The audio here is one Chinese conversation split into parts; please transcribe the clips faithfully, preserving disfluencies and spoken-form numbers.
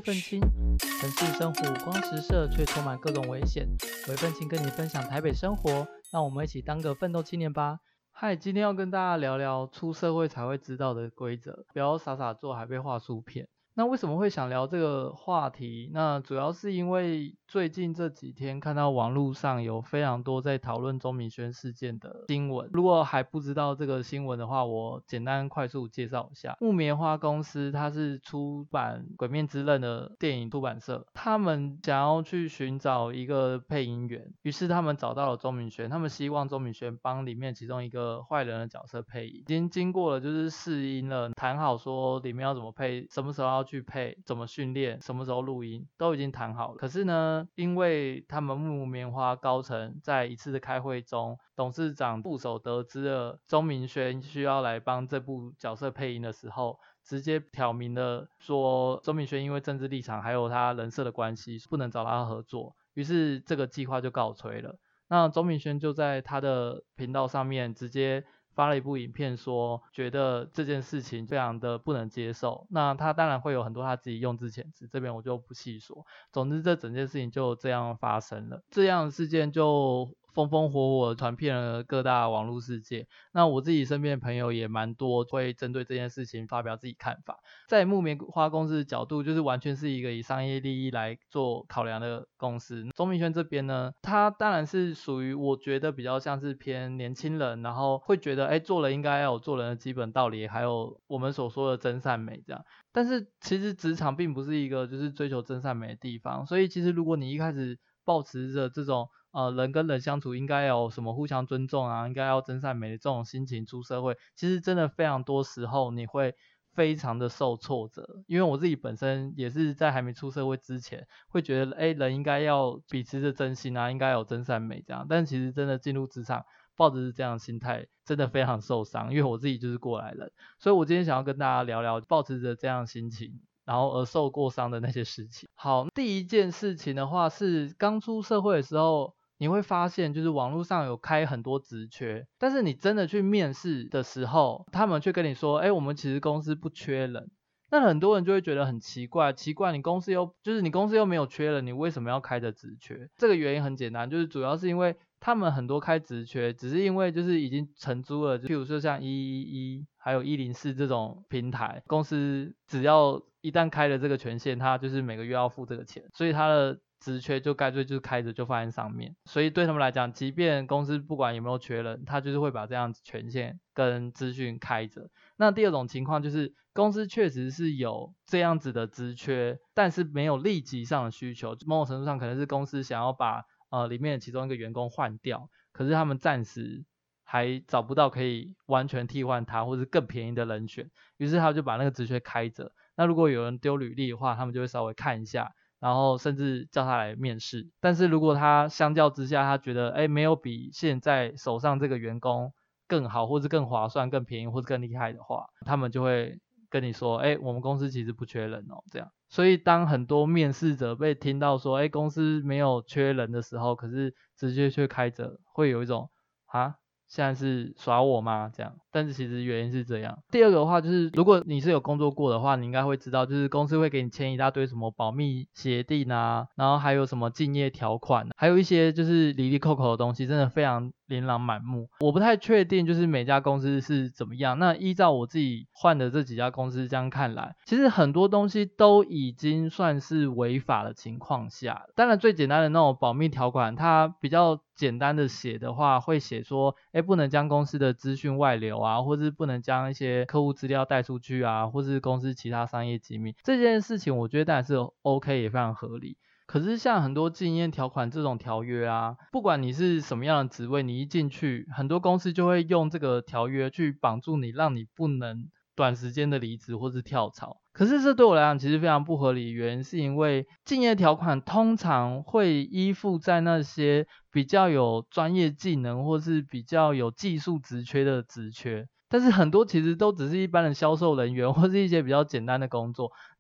愤青，城市生活五光十色，却充满各种危险。我是愤青，跟你分享台北生活，让我们一起当个奋斗青年吧。嗨，今天要跟大家聊聊出社会才会知道的规则，不要傻傻做还被话术骗。那为什么会想聊这个话题？那主要是因为最近这几天看到网络上有非常多在讨论钟明轩事件的新闻。如果还不知道这个新闻的话，我简单快速介绍一下。木棉花公司它是出版《鬼灭之刃》的电影出版社，他们想要去寻找一个配音员，于是他们找到了钟明轩，他们希望钟明轩帮里面其中一个坏人的角色配音。已经经过了就是试音了，谈好说里面要怎么配，什么时候要去配，怎么训练，什么时候录音，都已经谈好了。可是呢，因为他们木棉花高层在一次的开会中，董事长副手得知了钟明轩需要来帮这部角色配音的时候，直接挑明了说钟明轩因为政治立场还有他人设的关系不能找他合作，于是这个计划就告吹了。那钟明轩就在他的频道上面直接发了一部影片，说觉得这件事情非常的不能接受。那他当然会有很多他自己用字遣词，这边我就不细说。总之这整件事情就这样发生了，这样的事件就风风火火传遍了各大网络世界。那我自己身边的朋友也蛮多会针对这件事情发表自己看法。在木棉花公司的角度，就是完全是一个以商业利益来做考量的公司。钟明轩这边呢，他当然是属于我觉得比较像是偏年轻人，然后会觉得哎，做人应该要有做人的基本道理，还有我们所说的真善美这样。但是其实职场并不是一个就是追求真善美的地方，所以其实如果你一开始抱持着这种呃人跟人相处应该要有什么互相尊重啊，应该要真善美的这种心情出社会，其实真的非常多时候你会非常的受挫折。因为我自己本身也是在还没出社会之前会觉得哎，人应该要秉持着真心啊，应该有真善美这样，但其实真的进入职场抱着这样的心态真的非常受伤，因为我自己就是过来人。所以我今天想要跟大家聊聊抱持着这样的心情然后而受过伤的那些事情。好，第一件事情的话是刚出社会的时候，你会发现就是网络上有开很多职缺，但是你真的去面试的时候，他们却跟你说哎，我们其实公司不缺人。那很多人就会觉得很奇怪，奇怪你公司又就是你公司又没有缺人，你为什么要开的职缺？这个原因很简单，就是主要是因为他们很多开职缺只是因为就是已经承租了，譬如说像一一一还有一零四这种平台，公司只要一旦开了这个权限，他就是每个月要付这个钱，所以他的职缺就干脆就是开着就放在上面。所以对他们来讲，即便公司不管有没有缺人，他就是会把这样子权限跟资讯开着。那第二种情况就是公司确实是有这样子的职缺，但是没有立即上的需求，某种程度上可能是公司想要把呃里面的其中一个员工换掉，可是他们暂时还找不到可以完全替换他或是更便宜的人选，于是他就把那个职缺开着。那如果有人丢履历的话，他们就会稍微看一下，然后甚至叫他来面试。但是如果他相较之下他觉得哎没有比现在手上这个员工更好或是更划算更便宜或是更厉害的话，他们就会跟你说哎，我们公司其实不缺人哦这样。所以当很多面试者被听到说哎，公司没有缺人的时候，可是直接却开着，会有一种啊现在是耍我吗这样，但是其实原因是这样。第二个的话就是如果你是有工作过的话，你应该会知道就是公司会给你签一大堆什么保密协定啊，然后还有什么竞业条款，还有一些就是里里扣扣的东西，真的非常琳琅满目。我不太确定就是每家公司是怎么样，那依照我自己换的这几家公司这样看来，其实很多东西都已经算是违法的情况下，当然最简单的那种保密条款，它比较简单的写的话会写说诶不能将公司的资讯外流啊，或是不能将一些客户资料带出去啊，或是公司其他商业机密，这件事情我觉得当然是 OK 也非常合理。可是像很多禁烟条款这种条约啊，不管你是什么样的职位，你一进去很多公司就会用这个条约去绑住你，让你不能短时间的离职或是跳槽。可是这对我来讲其实非常不合理，原因是因为竞业条款通常会依附在那些比较有专业技能或是比较有技术职缺的职缺，但是很多其实都只是一般的销售人员或是一些比较简单的工作，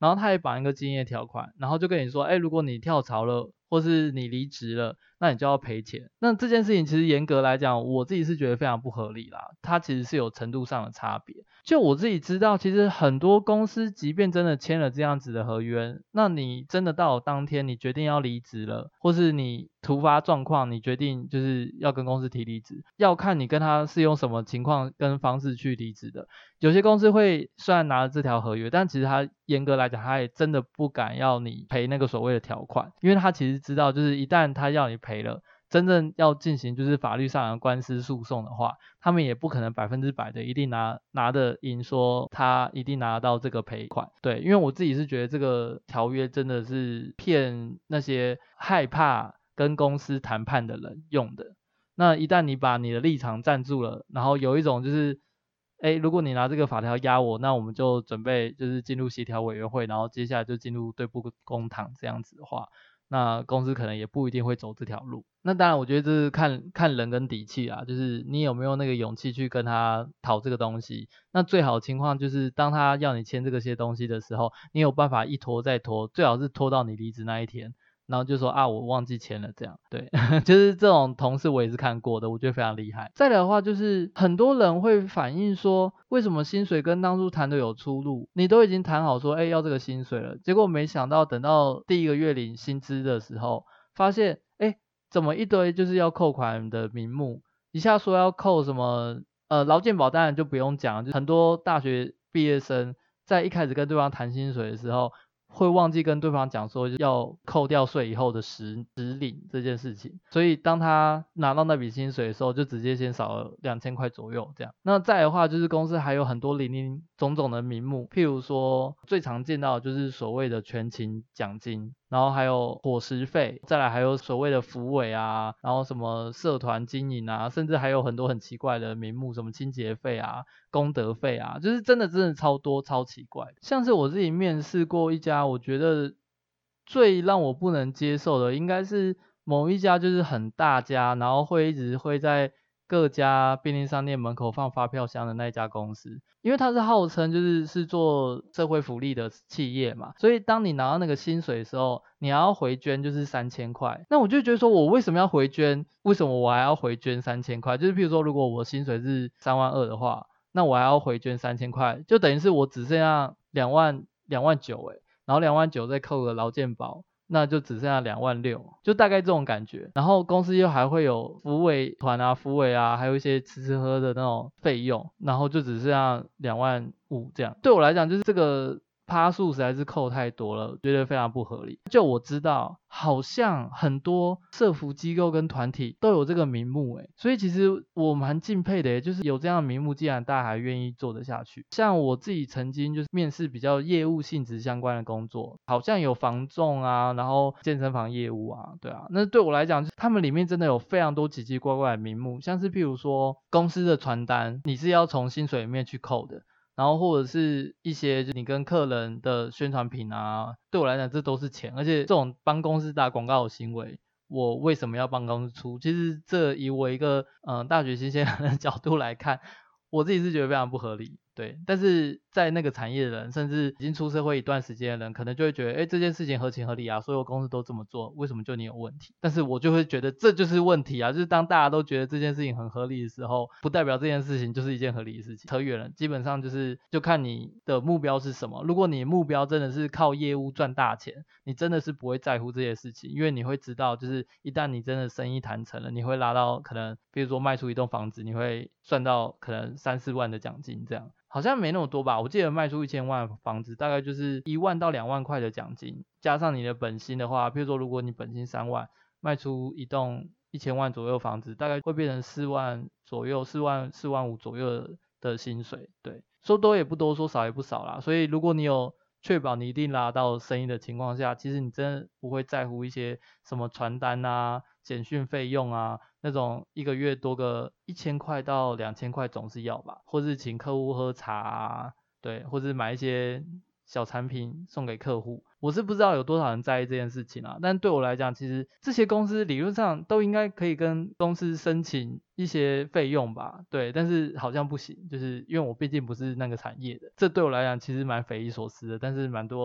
然后他也绑一个竞业条款，然后就跟你说，哎，如果你跳槽了或是你离职了，那你就要赔钱。那这件事情其实严格来讲，我自己是觉得非常不合理啦，它其实是有程度上的差别。就我自己知道，其实很多公司即便真的签了这样子的合约，那你真的到当天你决定要离职了，或是你突发状况你决定就是要跟公司提离职，要看你跟他是用什么情况跟方式去离职的。有些公司会虽然拿了这条合约，但其实他严格来讲他也真的不敢要你赔那个所谓的条款，因为他其实知道就是一旦他要你赔了，真正要进行就是法律上的官司诉讼的话，他们也不可能百分之百的一定拿拿得赢，说他一定拿到这个赔款。对，因为我自己是觉得这个条约真的是骗那些害怕跟公司谈判的人用的。那一旦你把你的立场站住了，然后有一种就是哎，如果你拿这个法条压我，那我们就准备就是进入协调委员会，然后接下来就进入对簿公堂这样子的话，那公司可能也不一定会走这条路。那当然我觉得这是看看人跟底气啦，就是你有没有那个勇气去跟他讨这个东西。那最好的情况就是当他要你签这个些东西的时候，你有办法一拖再拖，最好是拖到你离职那一天，然后就说啊我忘记签了这样。对就是这种同事我也是看过的，我觉得非常厉害。再来的话就是很多人会反映说，为什么薪水跟当初谈的有出入，你都已经谈好说哎要这个薪水了，结果没想到等到第一个月领薪资的时候，发现哎怎么一堆就是要扣款的名目，一下说要扣什么呃劳健保，当然就不用讲，就很多大学毕业生在一开始跟对方谈薪水的时候会忘记跟对方讲说要扣掉税以后的实实领这件事情，所以当他拿到那笔薪水的时候就直接先少了两千块左右这样。那再来的话就是公司还有很多零零总总的名目，譬如说最常见到的就是所谓的全勤奖金，然后还有伙食费，再来还有所谓的福委啊，然后什么社团经营啊，甚至还有很多很奇怪的名目，什么清洁费啊、功德费啊，就是真的真的超多超奇怪。像是我自己面试过一家，我觉得最让我不能接受的应该是某一家就是很大家，然后会一直会在各家便利商店门口放发票箱的那一家公司。因为它是号称就是是做社会福利的企业嘛，所以当你拿到那个薪水的时候，你还要回捐就是三千块。那我就觉得说我为什么要回捐，为什么我还要回捐三千块，就是譬如说如果我薪水是三万二的话，那我还要回捐三千块，就等于是我只剩下两万两万九诶，然后两万九再扣个劳健保，那就只剩下两万六，就大概这种感觉。然后公司又还会有福委团啊、福委啊，还有一些吃吃喝的那种费用，然后就只剩下两万五这样。对我来讲，就是这个趴数实在是扣太多了，觉得非常不合理。就我知道，好像很多社福机构跟团体都有这个名目诶，所以其实我蛮敬佩的耶，就是有这样的名目，既然大家还愿意做得下去。像我自己曾经就是面试比较业务性质相关的工作，好像有房仲啊，然后健身房业务啊，对啊，那对我来讲，他们里面真的有非常多奇奇怪怪的名目，像是譬如说公司的传单，你是要从薪水里面去扣的。然后或者是一些就你跟客人的宣传品啊，对我来讲这都是钱，而且这种帮公司打广告的行为，我为什么要帮公司出？其实这以我一个嗯、呃、大学新鲜人的角度来看，我自己是觉得非常不合理。对，但是在那个产业的人，甚至已经出社会一段时间的人，可能就会觉得，哎，这件事情合情合理啊，所有公司都这么做，为什么就你有问题？但是我就会觉得这就是问题啊，就是当大家都觉得这件事情很合理的时候，不代表这件事情就是一件合理的事情。扯远了，基本上就是就看你的目标是什么。如果你目标真的是靠业务赚大钱，你真的是不会在乎这些事情，因为你会知道，就是一旦你真的生意谈成了，你会拉到可能，比如说卖出一栋房子，你会赚到可能三四万的奖金这样。好像没那么多吧，我记得卖出一千万房子大概就是一万到两万块的奖金，加上你的本薪的话，譬如说如果你本薪三万，卖出一栋一千万左右房子，大概会变成四万左右，四万四万五左右的薪水。对，说多也不多，说少也不少啦。所以如果你有确保你一定拉到生意的情况下，其实你真的不会在乎一些什么传单啊、简讯费用啊，那种一个月多个一千块到两千块总是要吧，或是请客户喝茶啊，对，或是买一些小产品送给客户。我是不知道有多少人在意这件事情啊，但对我来讲，其实这些公司理论上都应该可以跟公司申请一些费用吧，对，但是好像不行，就是因为我毕竟不是那个产业的，这对我来讲其实蛮匪夷所思的，但是蛮多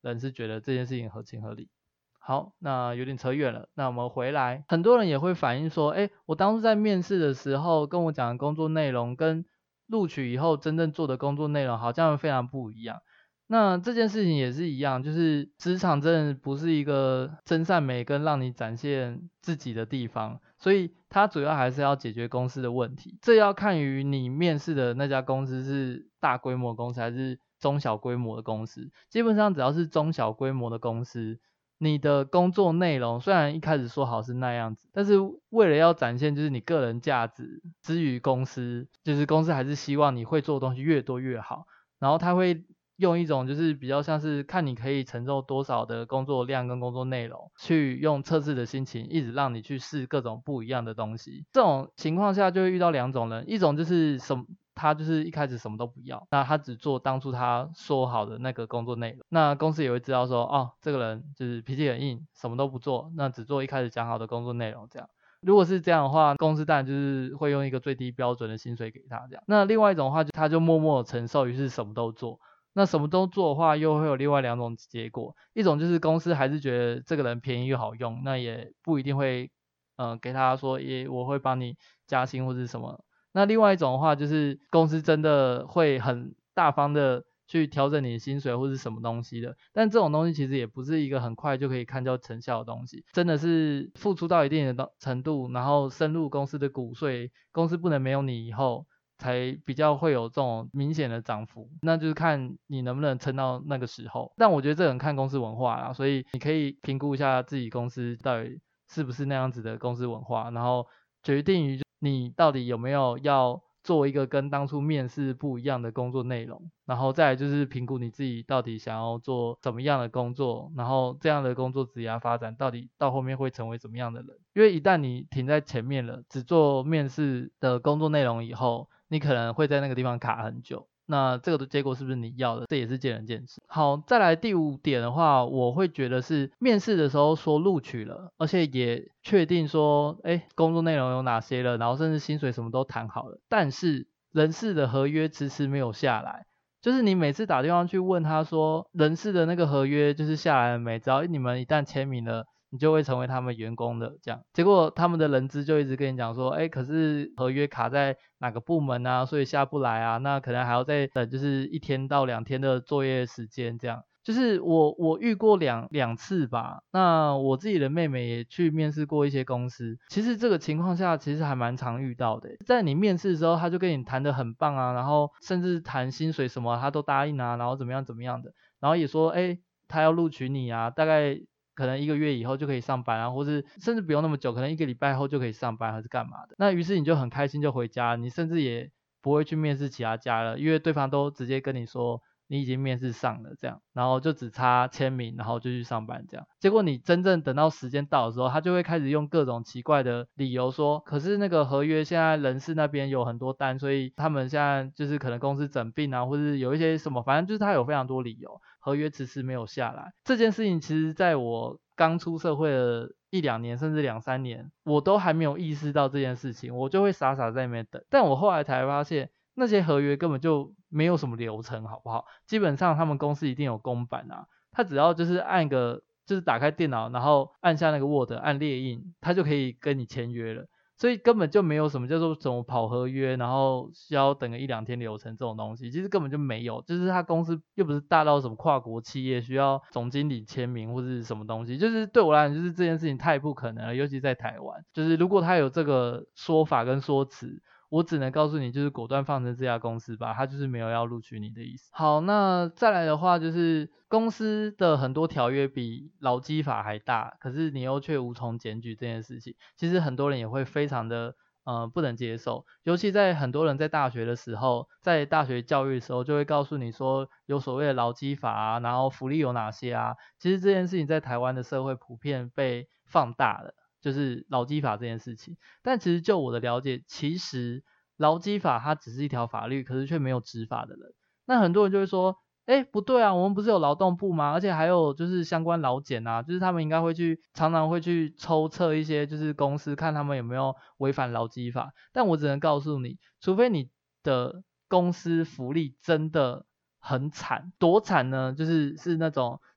人是觉得这件事情合情合理。好，那有点扯远了，那我们回来，很多人也会反映说，哎，我当初在面试的时候跟我讲的工作内容跟录取以后真正做的工作内容好像非常不一样。那这件事情也是一样，就是职场真的不是一个真善美跟让你展现自己的地方，所以它主要还是要解决公司的问题。这要看于你面试的那家公司是大规模公司还是中小规模的公司。基本上只要是中小规模的公司，你的工作内容虽然一开始说好是那样子，但是为了要展现就是你个人价值之于公司，就是公司还是希望你会做的东西越多越好，然后他会用一种就是比较像是看你可以承受多少的工作量跟工作内容，去用测试的心情一直让你去试各种不一样的东西。这种情况下就会遇到两种人，一种就是什么他就是一开始什么都不要，那他只做当初他说好的那个工作内容，那公司也会知道说，哦，这个人就是脾气很硬，什么都不做，那只做一开始讲好的工作内容这样。如果是这样的话，公司当然就是会用一个最低标准的薪水给他这样。那另外一种的话，就他就默默承受，于是什么都做。那什么都做的话，又会有另外两种结果，一种就是公司还是觉得这个人便宜又好用，那也不一定会，呃，给他说，也我会帮你加薪或者什么。那另外一种的话，就是公司真的会很大方的去调整你的薪水或是什么东西的，但这种东西其实也不是一个很快就可以看到成效的东西，真的是付出到一定的程度，然后深入公司的骨髓，公司不能没有你以后，才比较会有这种明显的涨幅，那就是看你能不能撑到那个时候。但我觉得这很看公司文化啦，所以你可以评估一下自己公司到底是不是那样子的公司文化，然后决定于你到底有没有要做一个跟当初面试不一样的工作内容，然后再来就是评估你自己到底想要做怎么样的工作，然后这样的工作职业发展到底到后面会成为怎么样的人。因为一旦你停在前面了，只做面试的工作内容以后，你可能会在那个地方卡很久，那这个的结果是不是你要的，这也是见仁见智。好，再来第五点的话，我会觉得是面试的时候说录取了，而且也确定说，哎，工作内容有哪些了，然后甚至薪水什么都谈好了，但是人事的合约迟迟没有下来。就是你每次打电话去问他说，人事的那个合约就是下来了没？只要你们一旦签名了，你就会成为他们员工的这样。结果他们的人资就一直跟你讲说，哎，可是合约卡在哪个部门啊，所以下不来啊，那可能还要再等就是一天到两天的作业时间这样。就是我我遇过两两次吧，那我自己的妹妹也去面试过一些公司，其实这个情况下其实还蛮常遇到的。在你面试的时候，他就跟你谈得很棒啊，然后甚至谈薪水什么他都答应啊，然后怎么样怎么样的，然后也说，哎，他要录取你啊，大概可能一个月以后就可以上班啊，或是甚至不用那么久，可能一个礼拜后就可以上班还是干嘛的。那于是你就很开心就回家，你甚至也不会去面试其他家了，因为对方都直接跟你说你已经面试上了这样，然后就只差签名，然后就去上班这样。结果你真正等到时间到的时候，他就会开始用各种奇怪的理由说，可是那个合约现在人事那边有很多单，所以他们现在就是可能公司整并啊，或是有一些什么，反正就是他有非常多理由，合约迟迟没有下来。这件事情其实在我刚出社会的一两年甚至两三年，我都还没有意识到这件事情，我就会傻傻在那边等。但我后来才发现，那些合约根本就没有什么流程，好不好？基本上他们公司一定有公版啊，他只要就是按个，就是打开电脑，然后按下那个 Word， 按列印，他就可以跟你签约了。所以根本就没有什么叫做怎么跑合约，然后需要等个一两天流程这种东西，其实根本就没有。就是他公司又不是大到什么跨国企业需要总经理签名或是什么东西，就是对我来讲，就是这件事情太不可能了，尤其在台湾。就是如果他有这个说法跟说辞，我只能告诉你，就是果断放成这家公司吧，他就是没有要录取你的意思。好，那再来的话就是公司的很多条约比劳基法还大，可是你又却无从检举这件事情，其实很多人也会非常的呃不能接受，尤其在很多人在大学的时候，在大学教育的时候就会告诉你说有所谓的劳基法啊，然后福利有哪些啊，其实这件事情在台湾的社会普遍被放大了。就是劳基法这件事情，但其实就我的了解，其实劳基法它只是一条法律，可是却没有执法的人。那很多人就会说，哎，不对啊，我们不是有劳动部吗？而且还有就是相关劳检啊，就是他们应该会去常常会去抽测一些就是公司，看他们有没有违反劳基法。但我只能告诉你，除非你的公司福利真的很惨，多惨呢？就是是那种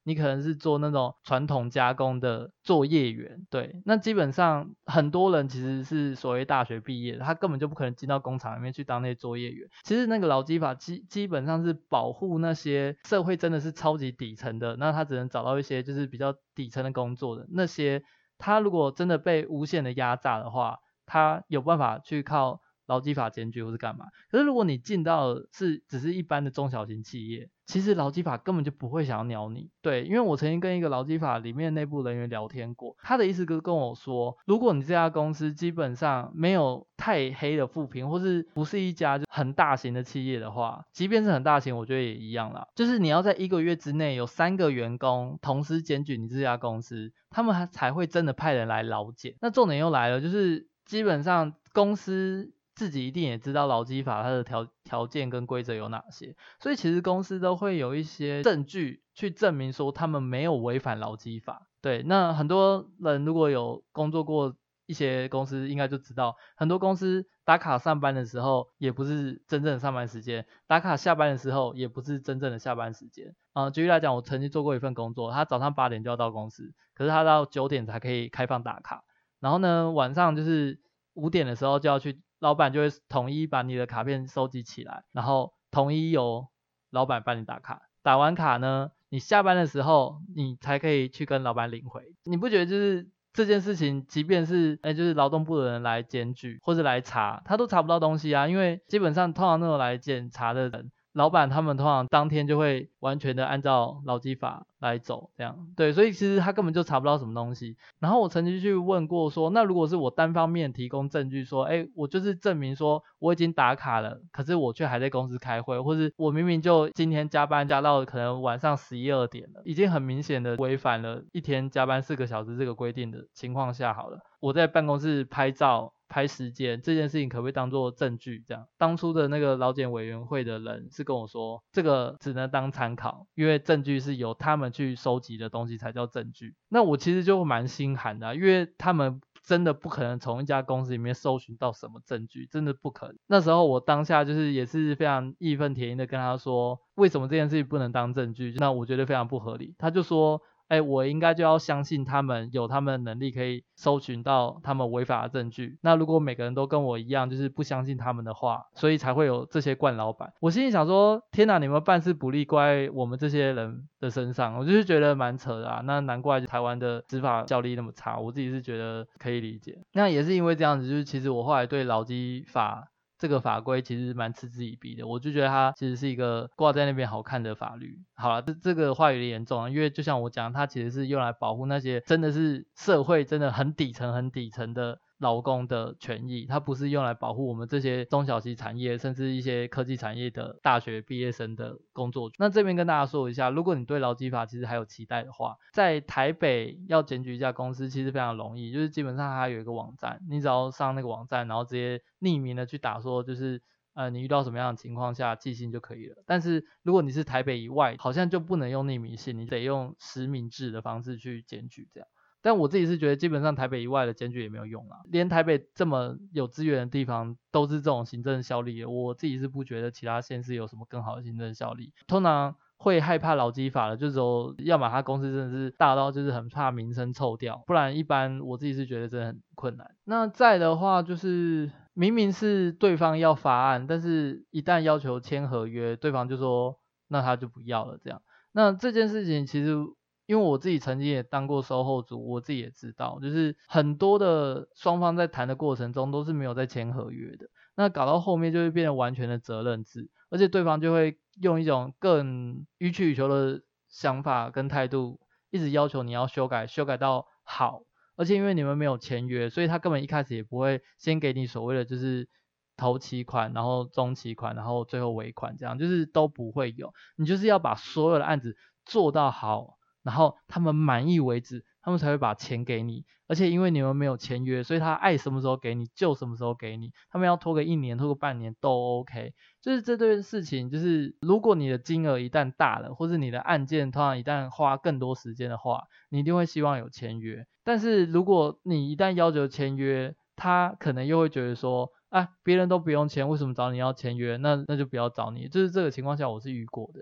你可能是做那种传统加工的作业员，对，那基本上很多人其实是所谓大学毕业的，他根本就不可能进到工厂里面去当那些作业员。其实那个劳基法基基本上是保护那些社会真的是超级底层的，那他只能找到一些就是比较底层的工作的那些，他如果真的被无限的压榨的话，他有办法去靠劳基法检举或是干嘛。可是如果你进到的是只是一般的中小型企业，其实劳基法根本就不会想要鸟你。对，因为我曾经跟一个劳基法里面内部人员聊天过，他的意思跟跟我说，如果你这家公司基本上没有太黑的负评，或是不是一家就很大型的企业的话，即便是很大型，我觉得也一样啦，就是你要在一个月之内有三个员工同时检举你这家公司，他们还才会真的派人来劳检。那重点又来了，就是基本上公司自己一定也知道劳基法它的条条件跟规则有哪些，所以其实公司都会有一些证据去证明说他们没有违反劳基法。对，那很多人如果有工作过一些公司应该就知道，很多公司打卡上班的时候也不是真正的上班时间，打卡下班的时候也不是真正的下班时间。呃，举例来讲，我曾经做过一份工作，他早上八点就要到公司，可是他到九点才可以开放打卡，然后呢晚上就是五点的时候就要去，老板就会统一把你的卡片收集起来，然后统一由老板帮你打卡，打完卡呢你下班的时候你才可以去跟老板领回。你不觉得就是这件事情即便是哎就是劳动部的人来检举或者来查，他都查不到东西啊，因为基本上通常那种来检查的人，老板他们通常当天就会完全的按照劳基法来走，这样对，所以其实他根本就查不到什么东西。然后我曾经去问过说，那如果是我单方面提供证据说，哎，我就是证明说我已经打卡了，可是我却还在公司开会，或是我明明就今天加班加到可能晚上十一二点了，已经很明显的违反了一天加班四个小时这个规定的情况下好了，我在办公室拍照拍时间这件事情可不可以当做证据？这样当初的那个劳检委员会的人是跟我说，这个只能当参考，因为证据是由他们去收集的东西才叫证据。那我其实就蛮心寒的啊，因为他们真的不可能从一家公司里面搜寻到什么证据，真的不可能。那时候我当下就是也是非常义愤填膺的跟他说，为什么这件事情不能当证据？那我觉得非常不合理。他就说，哎，我应该就要相信他们有他们的能力可以搜寻到他们违法的证据。那如果每个人都跟我一样，就是不相信他们的话，所以才会有这些惯老板。我心里想说，天哪，你们办事不力怪我们这些人的身上，我就是觉得蛮扯的啊。那难怪台湾的执法效力那么差，我自己是觉得可以理解。那也是因为这样子，就是其实我后来对劳基法这个法规其实蛮嗤之以鼻的，我就觉得它其实是一个挂在那边好看的法律。好了，这这个话有点严重啊，因为就像我讲，它其实是用来保护那些真的是社会真的很底层很底层的劳工的权益，它不是用来保护我们这些中小型产业甚至一些科技产业的大学毕业生的工作。那这边跟大家说一下，如果你对劳基法其实还有期待的话，在台北要检举一家公司其实非常容易，就是基本上它有一个网站，你只要上那个网站，然后直接匿名的去打说就是呃，你遇到什么样的情况下寄信就可以了。但是如果你是台北以外，好像就不能用匿名信，你得用实名制的方式去检举这样。但我自己是觉得基本上台北以外的检举也没有用啦，连台北这么有资源的地方都是这种行政效力的，我自己是不觉得其他县市有什么更好的行政效力。通常会害怕劳基法的，就是说要么他公司真的是大到就是很怕名声臭掉，不然一般我自己是觉得真的很困难。那再的话就是明明是对方要发案，但是一旦要求签合约，对方就说那他就不要了这样。那这件事情其实因为我自己曾经也当过售后组，我自己也知道，就是很多的双方在谈的过程中都是没有在签合约的，那搞到后面就会变成完全的责任制，而且对方就会用一种更予取予求的想法跟态度，一直要求你要修改，修改到好，而且因为你们没有签约，所以他根本一开始也不会先给你所谓的就是头期款，然后中期款，然后最后尾款，这样就是都不会有，你就是要把所有的案子做到好，然后他们满意为止，他们才会把钱给你。而且因为你们没有签约，所以他爱什么时候给你就什么时候给你，他们要拖个一年拖个半年都 OK。 就是这对事情，就是如果你的金额一旦大了，或是你的案件通常一旦花更多时间的话，你一定会希望有签约。但是如果你一旦要求签约，他可能又会觉得说啊，别人都不用签，为什么找你要签约？那那就不要找你。就是这个情况下我是遇过的。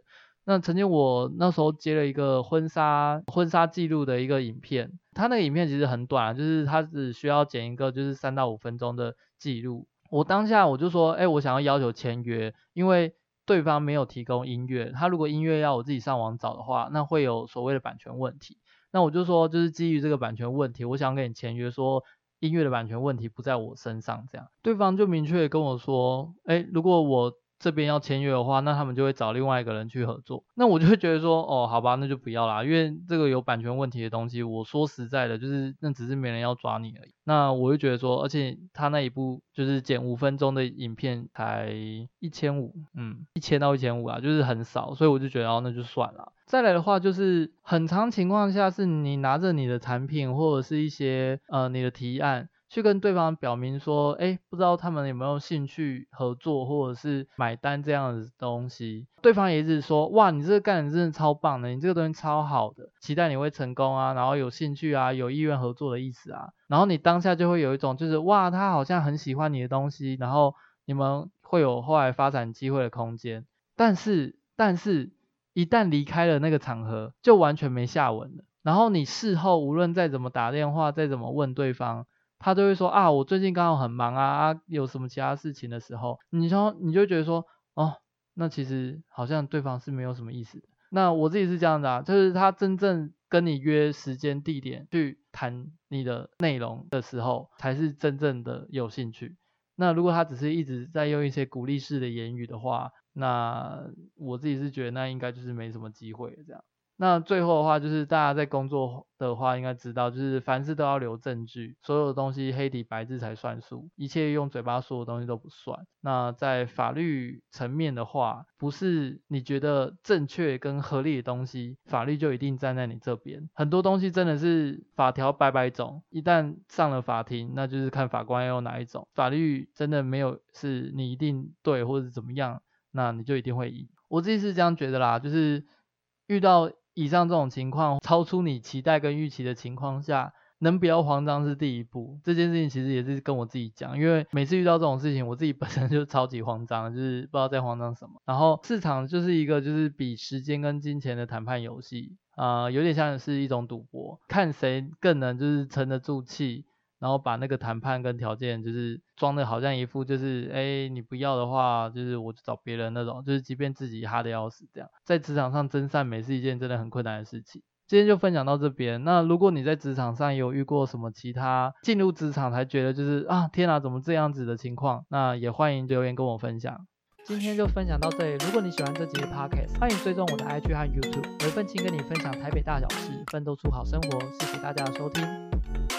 那曾经我那时候接了一个婚纱婚纱记录的一个影片，他那个影片其实很短啊，就是他只需要剪一个就是三到五分钟的记录。我当下我就说，哎、欸，我想要要求签约，因为对方没有提供音乐，他如果音乐要我自己上网找的话，那会有所谓的版权问题。那我就说，就是基于这个版权问题，我想跟你签约，说音乐的版权问题不在我身上，这样。对方就明确的跟我说，哎、欸，如果我这边要签约的话，那他们就会找另外一个人去合作。那我就会觉得说，哦，好吧，那就不要啦，因为这个有版权问题的东西，我说实在的，就是那只是没人要抓你而已。那我就觉得说，而且他那一部就是剪五分钟的影片才一千五，嗯，一千到一千五啊，就是很少，所以我就觉得哦，那就算了。再来的话，就是很常情况下是你拿着你的产品或者是一些呃你的提案，去跟对方表明说，哎，不知道他们有没有兴趣合作或者是买单这样的东西。对方也一直说，哇，你这个干的真的超棒的，你这个东西超好的，期待你会成功啊，然后有兴趣啊，有意愿合作的意思啊。然后你当下就会有一种就是，哇，他好像很喜欢你的东西，然后你们会有后来发展机会的空间。但是，但是一旦离开了那个场合，就完全没下文了。然后你事后无论再怎么打电话，再怎么问对方，他都会说啊，我最近刚好很忙啊，啊有什么其他事情的时候，你说你就觉得说，哦，那其实好像对方是没有什么意思的。那我自己是这样的啊，就是他真正跟你约时间地点去谈你的内容的时候，才是真正的有兴趣。那如果他只是一直在用一些鼓励式的言语的话，那我自己是觉得那应该就是没什么机会这样。那最后的话就是大家在工作的话应该知道，就是凡事都要留证据，所有的东西黑底白字才算数，一切用嘴巴说的东西都不算。那在法律层面的话，不是你觉得正确跟合理的东西，法律就一定站在你这边。很多东西真的是法条百百种，一旦上了法庭，那就是看法官要用哪一种。法律真的没有是你一定对或者怎么样，那你就一定会赢。我自己是这样觉得啦，就是遇到以上这种情况，超出你期待跟预期的情况下，能不要慌张是第一步。这件事情其实也是跟我自己讲，因为每次遇到这种事情，我自己本身就超级慌张，就是不知道在慌张什么。然后市场就是一个就是比时间跟金钱的谈判游戏，呃，有点像是一种赌博，看谁更能就是沉得住气，然后把那个谈判跟条件就是装的好像一副就是哎你不要的话就是我就找别人那种，就是即便自己哈的要死这样。在职场上真善美是一件真的很困难的事情。今天就分享到这边。那如果你在职场上有遇过什么其他进入职场才觉得就是啊天哪怎么这样子的情况，那也欢迎留言跟我分享。今天就分享到这里，如果你喜欢这集的 podcast， 欢迎追踪我的 I G 和 YouTube， 我会分期跟你分享台北大小事，奋斗出好生活。谢谢大家的收听。